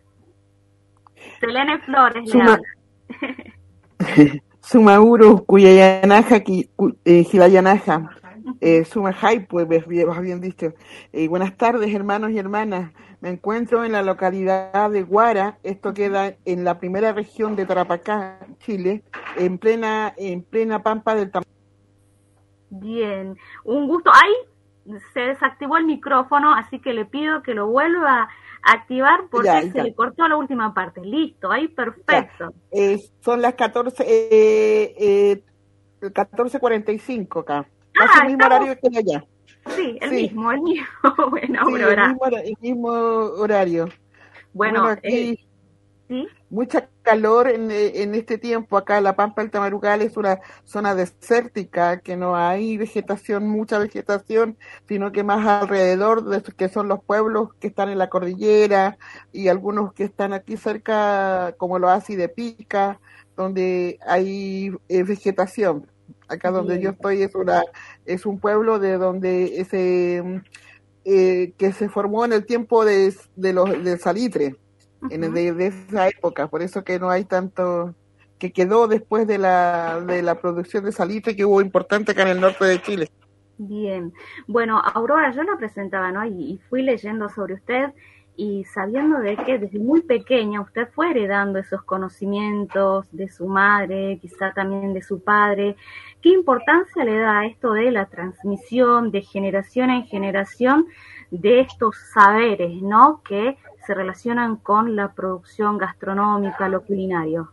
Selene Flores Suma, le habla. Sumaguru, Cuyayanaja, Gibayanaja. Eh, Sumajay, pues más bien dicho. Eh, buenas tardes, hermanos y hermanas. Me encuentro en la localidad de Guara. Esto queda en la primera región de Tarapacá, Chile, en plena en plena pampa del Tam. Bien, un gusto. Ahí se desactivó el micrófono, así que le pido que lo vuelva a activar porque ya, se ya. le cortó la última parte. Listo, ahí perfecto. Eh, son las catorce, eh, eh, catorce cuarenta y cinco acá. Ah, casi el mismo estamos... horario que allá. Sí, el sí. mismo, el mismo. Bueno, sí, el mismo, el mismo horario. Bueno, bueno aquí eh, ¿sí? mucha calor en, en este tiempo. Acá la Pampa del Tamarugal es una zona desértica, que no hay vegetación, mucha vegetación, sino que más alrededor de que son los pueblos que están en la cordillera y algunos que están aquí cerca, como lo hace de Pica, donde hay eh, vegetación. Acá donde Bien. yo estoy es una es un pueblo de donde ese eh, que se formó en el tiempo de, de los del salitre, uh-huh. en el, de, de esa época, por eso que no hay tanto que quedó después de la de la producción de salitre que hubo importante acá en el norte de Chile. Bien, bueno, Aurora, yo la presentaba, ¿no? Y, y fui leyendo sobre usted y sabiendo de que desde muy pequeña usted fue heredando esos conocimientos de su madre, quizá también de su padre. ¿Qué importancia le da a esto de la transmisión de generación en generación de estos saberes, ¿no? Que se relacionan con la producción gastronómica, lo culinario?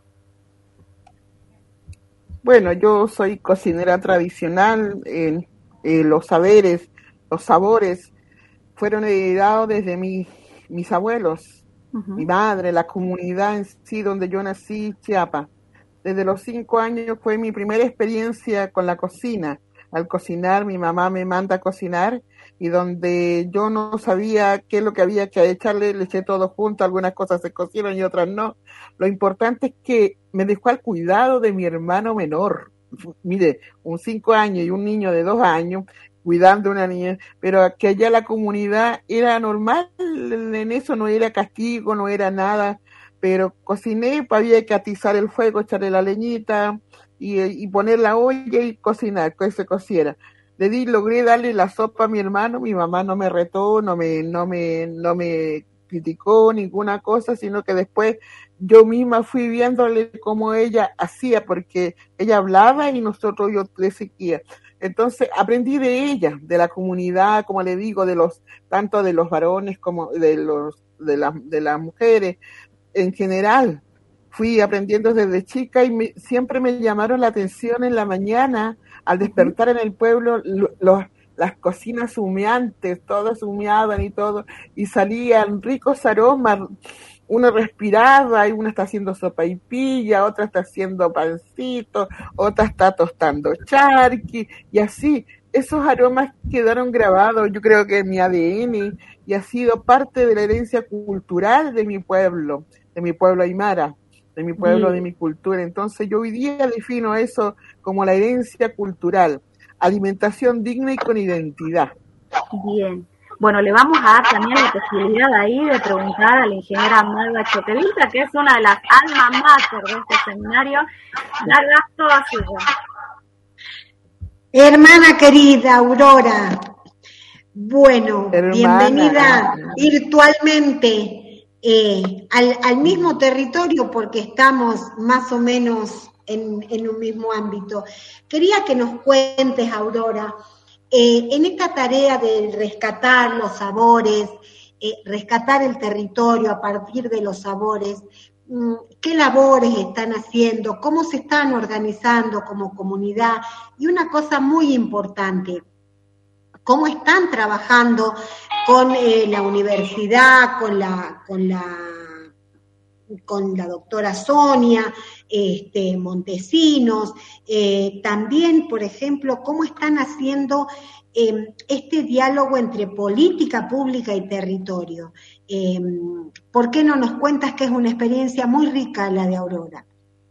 Bueno, yo soy cocinera tradicional, eh, eh, los saberes, los sabores fueron heredados desde mi mis abuelos, uh-huh. mi madre, la comunidad en sí donde yo nací, Chiapas. Desde los cinco años fue mi primera experiencia con la cocina. Al cocinar, mi mamá me manda a cocinar y donde yo no sabía qué es lo que había que echarle, le eché todo junto, algunas cosas se cocieron y otras no. Lo importante es que me dejó al cuidado de mi hermano menor. Mire, un cinco años y un niño de dos años, cuidando a una niña, pero que allá la comunidad era normal, en eso no era castigo, no era nada, pero cociné, había que atizar el fuego, echarle la leñita y, y poner la olla y cocinar, que se cociera. Le di, logré darle la sopa a mi hermano, mi mamá no me retó, no me, no me, no me criticó ninguna cosa, sino que después yo misma fui viéndole cómo ella hacía, porque ella hablaba y nosotros yo le seguía. Entonces aprendí de ella, de la comunidad, como le digo, de los tanto de los varones como de los de las de las mujeres en general. Fui aprendiendo desde chica y me, siempre me llamaron la atención en la mañana al despertar en el pueblo lo, los las cocinas humeantes, todas humeaban y todo, y salían ricos aromas. Uno respiraba y una está haciendo sopaipilla, otra está haciendo pancito, otra está tostando charqui, y así. Esos aromas quedaron grabados, yo creo que en mi A D N, y ha sido parte de la herencia cultural de mi pueblo, de mi pueblo aymara, de mi pueblo, sí. de mi cultura. Entonces yo hoy día defino eso como la herencia cultural, alimentación digna y con identidad. Bien. Bueno, le vamos a dar también la posibilidad ahí de preguntar a la ingeniera Marga Choquevita, que es una de las alma mater de este seminario. Marga, toda suya. Hermana querida, Aurora, bueno, Hermana. bienvenida virtualmente eh, al, al mismo territorio porque estamos más o menos en, en un mismo ámbito. Quería que nos cuentes, Aurora, Eh, en esta tarea de rescatar los sabores, eh, rescatar el territorio a partir de los sabores, ¿qué labores están haciendo? ¿Cómo se están organizando como comunidad? Y una cosa muy importante, ¿cómo están trabajando con eh, la universidad, con la, con la con la doctora Sonia, este, Montesinos, eh, también, por ejemplo, cómo están haciendo eh, este diálogo entre política pública y territorio. Eh, ¿Por qué no nos cuentas que es una experiencia muy rica la de Aurora?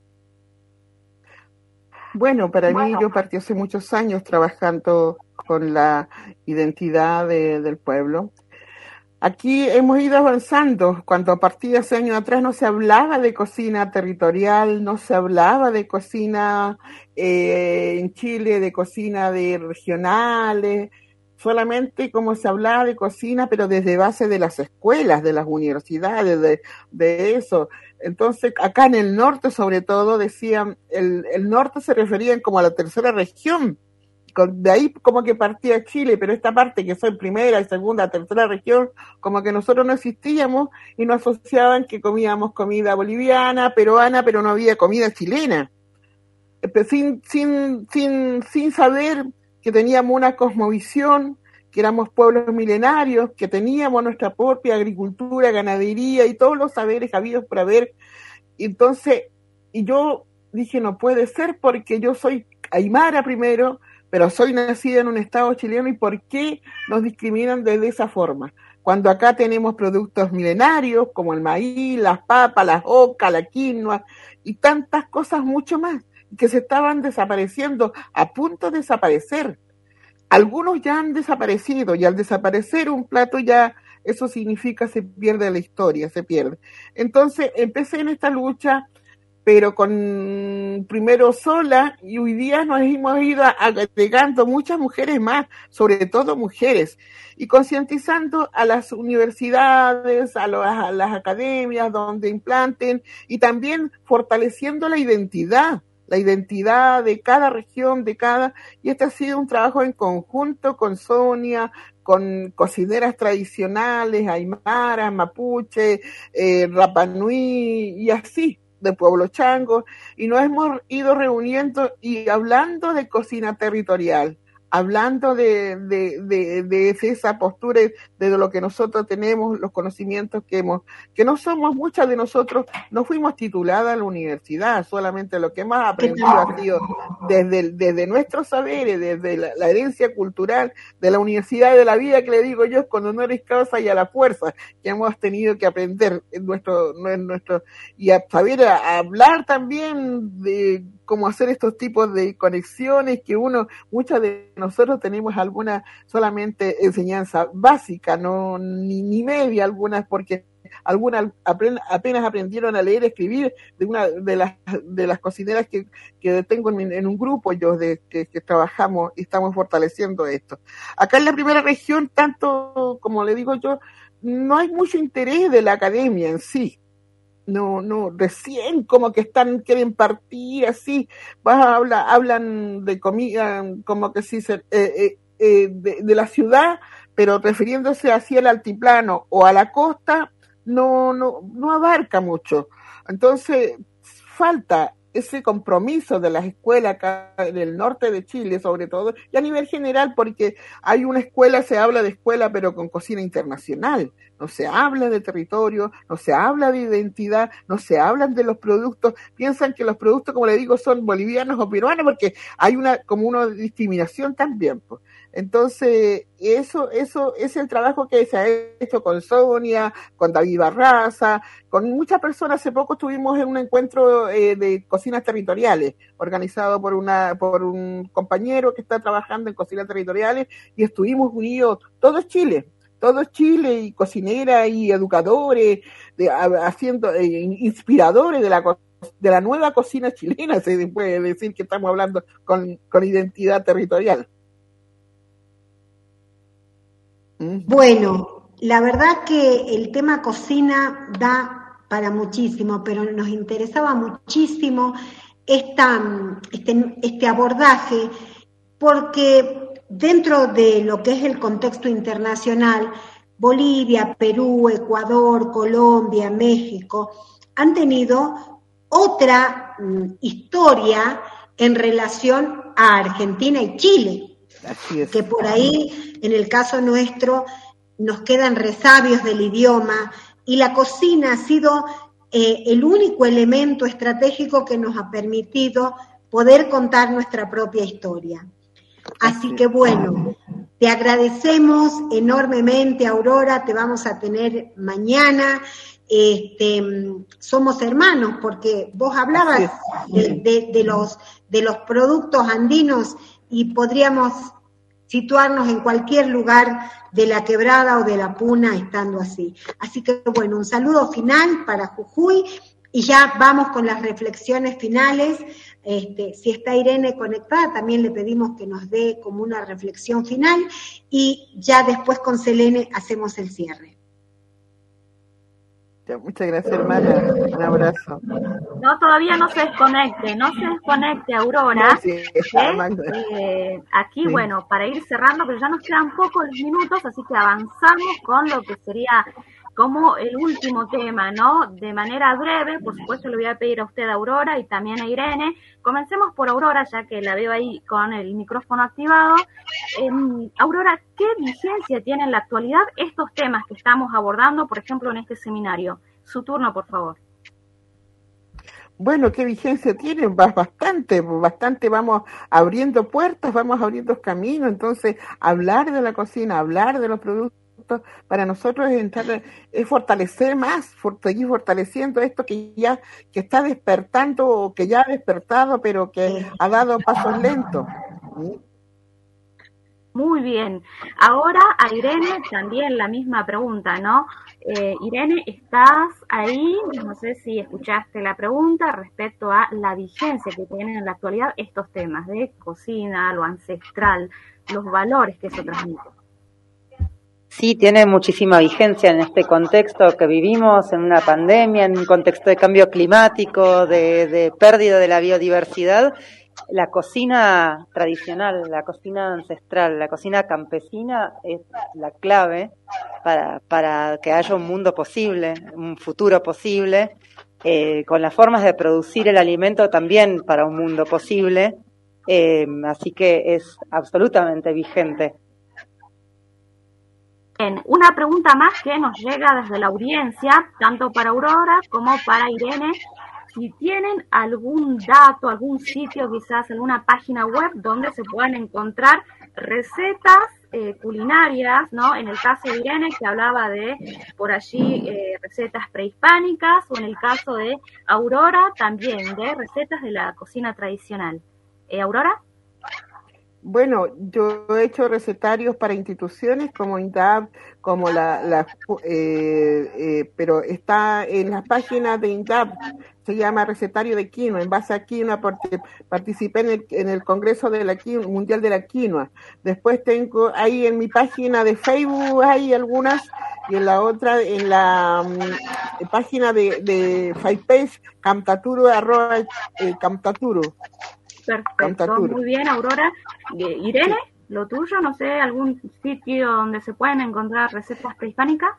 Bueno, para bueno. mí yo partí hace muchos años trabajando con la identidad de, del pueblo. Aquí hemos ido avanzando. Cuando a partir de hace años atrás no se hablaba de cocina territorial, no se hablaba de cocina eh, en Chile, de cocina de regionales, solamente como se hablaba de cocina, pero desde base de las escuelas, de las universidades, de, de eso. Entonces, acá en el norte, sobre todo, decían, el, el norte se referían como a la tercera región. De ahí como que partía Chile, pero esta parte que soy primera, segunda, tercera región, como que nosotros no existíamos y nos asociaban que comíamos comida boliviana, peruana, pero no había comida chilena. Sin, sin, sin, sin saber que teníamos una cosmovisión, que éramos pueblos milenarios, que teníamos nuestra propia agricultura, ganadería y todos los saberes habidos por haber. Entonces, y yo dije, no puede ser porque yo soy aymara primero, pero soy nacida en un estado chileno, ¿y por qué nos discriminan de esa forma? Cuando acá tenemos productos milenarios como el maíz, las papas, las ocas, la quinoa y tantas cosas mucho más, que se estaban desapareciendo, a punto de desaparecer. Algunos ya han desaparecido, y al desaparecer un plato ya, eso significa se pierde la historia, se pierde. Entonces empecé en esta lucha, pero con primero sola, y hoy día nos hemos ido agregando muchas mujeres más, sobre todo mujeres, y concientizando a las universidades, a, los, a las academias donde implanten, y también fortaleciendo la identidad, la identidad de cada región, de cada, y este ha sido un trabajo en conjunto con Sonia, con cocineras tradicionales, aymaras, mapuche, eh, Rapanui, y así, de Pueblo Chango, y nos hemos ido reuniendo y hablando de cocina territorial, hablando de, de, de, de esa postura, de lo que nosotros tenemos, los conocimientos que hemos, que no somos muchas de nosotros, no fuimos tituladas a la universidad, solamente lo que hemos aprendido ha sido desde, desde nuestros saberes, desde la, la herencia cultural de la universidad de la vida, que le digo yo, con honores causa y a la fuerza, que hemos tenido que aprender en nuestro, en nuestro, y a saber a, a hablar también de cómo hacer estos tipos de conexiones que uno, muchas de nosotros tenemos alguna solamente enseñanza básica, no ni, ni media algunas, porque algunas apenas aprendieron a leer y escribir de una de las de las cocineras que, que tengo en, en un grupo yo de que, que trabajamos y estamos fortaleciendo esto. Acá en la primera región, tanto como le digo yo, no hay mucho interés de la academia en sí. No, no, recién como que están, quieren partir así, vas a hablar, hablan de comida, como que sí, se, eh, eh, eh, de, de la ciudad, pero refiriéndose hacia el altiplano o a la costa, no, no, no abarca mucho. Entonces, falta ese compromiso de las escuelas acá en el norte de Chile, sobre todo, y a nivel general, porque hay una escuela, se habla de escuela, pero con cocina internacional. No se habla de territorio, no se habla de identidad, no se hablan de los productos. Piensan que los productos, como le digo, son bolivianos o peruanos, porque hay una como una discriminación también, pues. Entonces, eso, eso es el trabajo que se ha hecho con Sonia, con David Barraza, con muchas personas. Hace poco estuvimos en un encuentro eh, de cocinas territoriales, organizado por una, por un compañero que está trabajando en cocinas territoriales, y estuvimos unidos, todo Chile, todo Chile, y cocineras y educadores, de, haciendo, eh, inspiradores de la de la nueva cocina chilena, se puede decir que estamos hablando con, con identidad territorial. Bueno, la verdad que el tema cocina da para muchísimo, pero nos interesaba muchísimo esta, este, este abordaje, porque dentro de lo que es el contexto internacional, Bolivia, Perú, Ecuador, Colombia, México, han tenido otra um, historia en relación a Argentina y Chile. Así es. Que por ahí, en el caso nuestro, nos quedan resabios del idioma, y la cocina ha sido eh, el único elemento estratégico que nos ha permitido poder contar nuestra propia historia. Así que bueno, te agradecemos enormemente, Aurora, te vamos a tener mañana. Este, somos hermanos, porque vos hablabas de, de, de, los, de los productos andinos, y podríamos situarnos en cualquier lugar de la Quebrada o de la Puna estando así. Así que bueno, un saludo final para Jujuy y ya vamos con las reflexiones finales. Este, si está Irene conectada, también le pedimos que nos dé como una reflexión final y ya después con Selene hacemos el cierre. Muchas gracias, hermana. Un abrazo. No, todavía no se desconecte, no se desconecte, Aurora. No, sí, ¿eh? Eh, aquí, sí. Bueno, para ir cerrando, pero ya nos quedan pocos minutos, así que avanzamos con lo que sería como el último tema, ¿no? De manera breve, por supuesto le voy a pedir a usted, Aurora, y también a Irene. Comencemos por Aurora, ya que la veo ahí con el micrófono activado. Eh, Aurora, ¿qué vigencia tienen en la actualidad estos temas que estamos abordando, por ejemplo, en este seminario? Su turno, por favor. Bueno, ¿qué vigencia tienen? Bastante, bastante, vamos abriendo puertas, vamos abriendo caminos, entonces hablar de la cocina, hablar de los productos, para nosotros es, entrar, es fortalecer más, seguir fortaleciendo esto que ya que está despertando o que ya ha despertado, pero que ha dado pasos lentos. ¿Sí? Muy bien. Ahora a Irene también la misma pregunta, ¿no? Eh, Irene, ¿estás ahí? No sé si escuchaste la pregunta respecto a la vigencia que tienen en la actualidad estos temas de cocina, lo ancestral, los valores que eso transmite. Sí, tiene muchísima vigencia en este contexto que vivimos, en una pandemia, en un contexto de cambio climático, de, de pérdida de la biodiversidad. La cocina tradicional, la cocina ancestral, la cocina campesina es la clave para, para que haya un mundo posible, un futuro posible, eh, con las formas de producir el alimento también para un mundo posible, eh, así que es absolutamente vigente. Bien, una pregunta más que nos llega desde la audiencia, tanto para Aurora como para Irene. Si tienen algún dato, algún sitio, quizás alguna página web donde se puedan encontrar recetas eh, culinarias, ¿no? En el caso de Irene, que hablaba de por allí eh, recetas prehispánicas, o en el caso de Aurora, también de recetas de la cocina tradicional. Eh, ¿Aurora? Bueno, yo he hecho recetarios para instituciones como INDAP, como la, la eh, eh, pero está en la página de INDAP, se llama Recetario de Quinoa. En base a quinoa participé en el, en el Congreso de la Quinoa, Mundial de la Quinoa. Después tengo ahí en mi página de Facebook hay algunas, y en la otra, en la um, página de, de FacePage, Camtaturo, arroba eh, Camtaturo. Perfecto, muy bien, Aurora. Irene, lo tuyo, no sé, algún sitio donde se pueden encontrar recetas prehispánicas.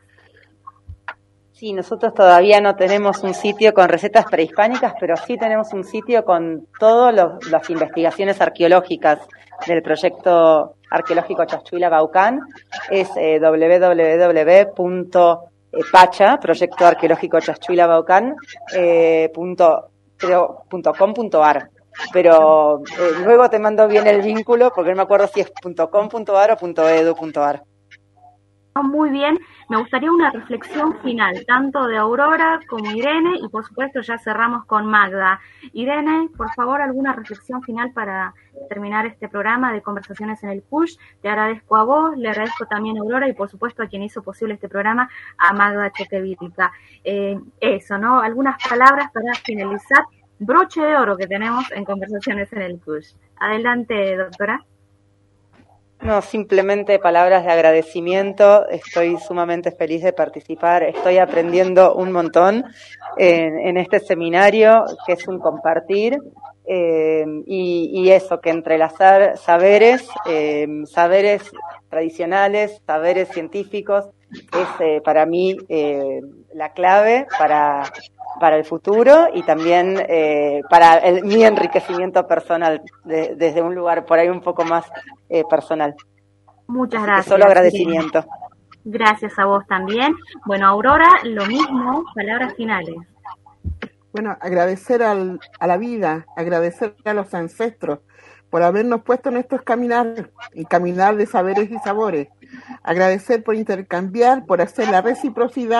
Sí, nosotros todavía no tenemos un sitio con recetas prehispánicas, pero sí tenemos un sitio con todas las investigaciones arqueológicas del proyecto arqueológico Chaschuila-Baucán. Es eh, doble u doble u doble u punto pacha, proyecto arqueológico Chaschuila-Baucán, eh, punto, punto com punto ar. Pero eh, luego te mando bien el vínculo porque no me acuerdo si es .com punto ar o .edu punto ar. Muy bien, me gustaría una reflexión final, tanto de Aurora como Irene, y por supuesto ya cerramos con Magda. Irene, por favor, alguna reflexión final para terminar este programa de Conversaciones en el Cush. Te agradezco a vos, le agradezco también a Aurora y por supuesto a quien hizo posible este programa, a Magda Choquevítica. Eh, eso, ¿no? Algunas palabras para finalizar. Broche de oro que tenemos en Conversaciones en el Cush. Adelante, doctora. No, simplemente palabras de agradecimiento. Estoy sumamente feliz de participar. Estoy aprendiendo un montón en, en este seminario, que es un compartir. Eh, y, y eso, que entrelazar saberes, eh, saberes tradicionales, saberes científicos, es eh, para mí eh, la clave para... para el futuro y también eh, para el, mi enriquecimiento personal de, desde un lugar por ahí un poco más eh, personal. Muchas Así gracias. Solo agradecimiento. Gracias a vos también. Bueno, Aurora, lo mismo, palabras finales. Bueno, agradecer al, a la vida, agradecer a los ancestros por habernos puesto en estos caminar, y caminar de saberes y sabores. Agradecer por intercambiar, por hacer la reciprocidad,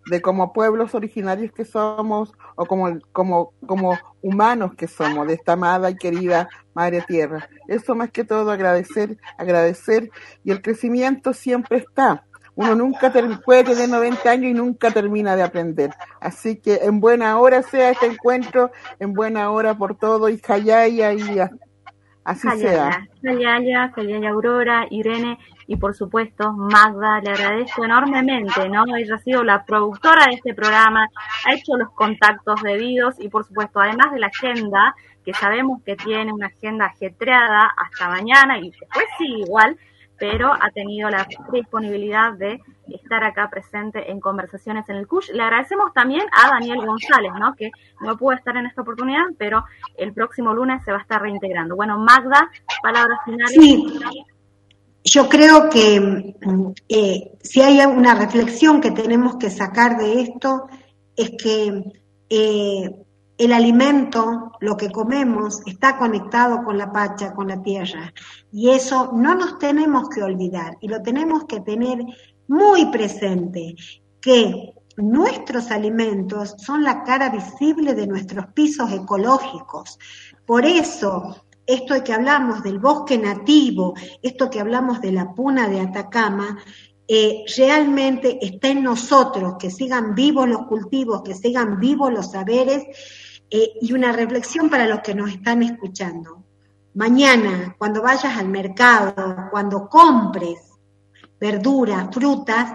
de como pueblos originarios que somos o como, como, como humanos que somos, de esta amada y querida Madre Tierra. Eso más que todo agradecer, agradecer, y el crecimiento siempre está. Uno nunca ter- puede tener noventa años y nunca termina de aprender. Así que en buena hora sea este encuentro, en buena hora por todo, y Jayaya, y a- así sea. Jayaya, Jayaya Aurora, Irene y por supuesto Magda, le agradezco enormemente, ¿no? Ella ha sido la productora de este programa, ha hecho los contactos debidos y por supuesto, además de la agenda, que sabemos que tiene una agenda ajetreada hasta mañana y después sí igual, pero ha tenido la disponibilidad de estar acá presente en Conversaciones en el C U S H. Le agradecemos también a Daniel González, ¿no? Que no pudo estar en esta oportunidad, pero el próximo lunes se va a estar reintegrando. Bueno, Magda, palabras finales. Sí, yo creo que eh, si hay una reflexión que tenemos que sacar de esto, es que eh, el alimento, lo que comemos, está conectado con la Pacha, con la tierra, y eso no nos tenemos que olvidar, y lo tenemos que tener muy presente, que nuestros alimentos son la cara visible de nuestros pisos ecológicos. Por eso, esto que hablamos del bosque nativo, esto que hablamos de la puna de Atacama, Eh, realmente está en nosotros, que sigan vivos los cultivos, que sigan vivos los saberes, eh, y una reflexión para los que nos están escuchando. Mañana, cuando vayas al mercado, cuando compres verduras, frutas,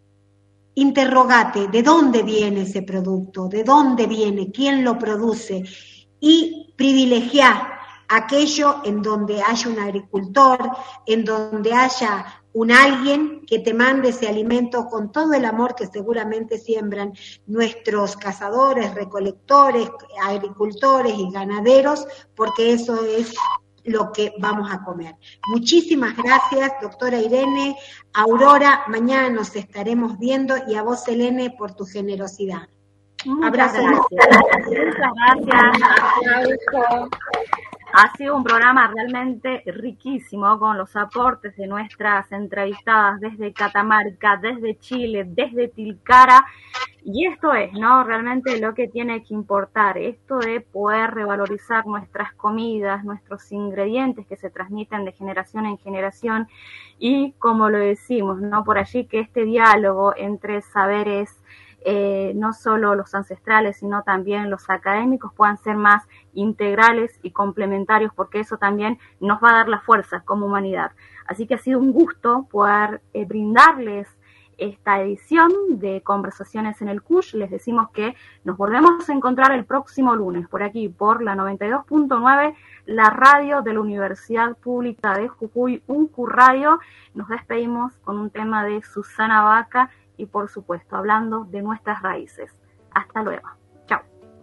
interrogate de dónde viene ese producto, de dónde viene, quién lo produce, y privilegiar aquello en donde haya un agricultor, en donde haya un alguien que te mande ese alimento con todo el amor que seguramente siembran nuestros cazadores, recolectores, agricultores y ganaderos, porque eso es lo que vamos a comer. Muchísimas gracias, doctora Irene. Aurora, mañana nos estaremos viendo, y a vos, Selene, por tu generosidad. Muchas Abrazo. gracias. Muchas gracias. Ha sido un programa realmente riquísimo, con los aportes de nuestras entrevistadas desde Catamarca, desde Chile, desde Tilcara, y esto es, ¿no? Realmente lo que tiene que importar, esto de poder revalorizar nuestras comidas, nuestros ingredientes que se transmiten de generación en generación, y como lo decimos, ¿no? Por allí que este diálogo entre saberes, Eh, no solo los ancestrales, sino también los académicos, puedan ser más integrales y complementarios, porque eso también nos va a dar la fuerza como humanidad. Así que ha sido un gusto poder eh, brindarles esta edición de Conversaciones en el C U S H. Les decimos que nos volvemos a encontrar el próximo lunes por aquí, por la noventa y dos punto nueve, la radio de la Universidad Pública de Jujuy, U N C U Radio. Nos despedimos con un tema de Susana Baca y, por supuesto, hablando de nuestras raíces. Hasta luego. Chao.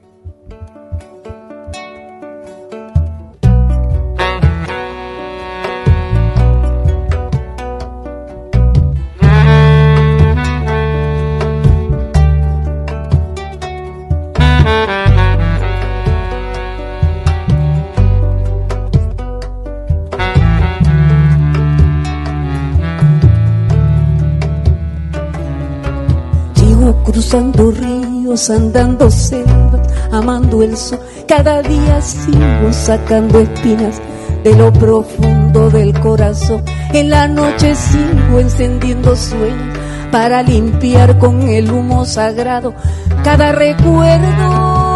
Cruzando ríos, andando selvas, amando el sol. Cada día sigo sacando espinas de lo profundo del corazón. En la noche sigo encendiendo sueños para limpiar con el humo sagrado cada recuerdo.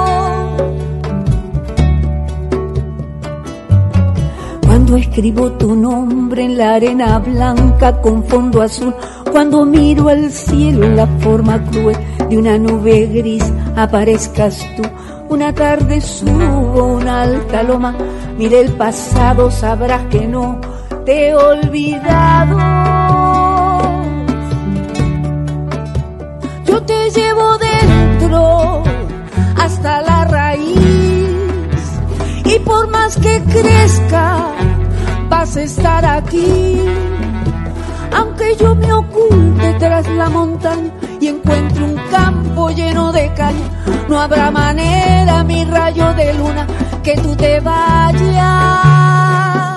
Cuando escribo tu nombre en la arena blanca con fondo azul, cuando miro al cielo en la forma cruel de una nube gris, aparezcas tú. Una tarde subo una alta loma, mire el pasado, sabrás que no te he olvidado. Yo te llevo dentro hasta la raíz, y por más que crezca vas a estar aquí. Aunque yo me oculte tras la montaña y encuentre un campo lleno de caña, no habrá manera, mi rayo de luna, que tú te vayas.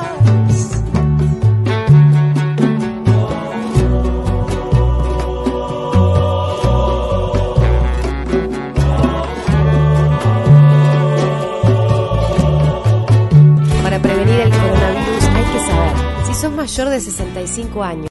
mayor de sesenta y cinco años.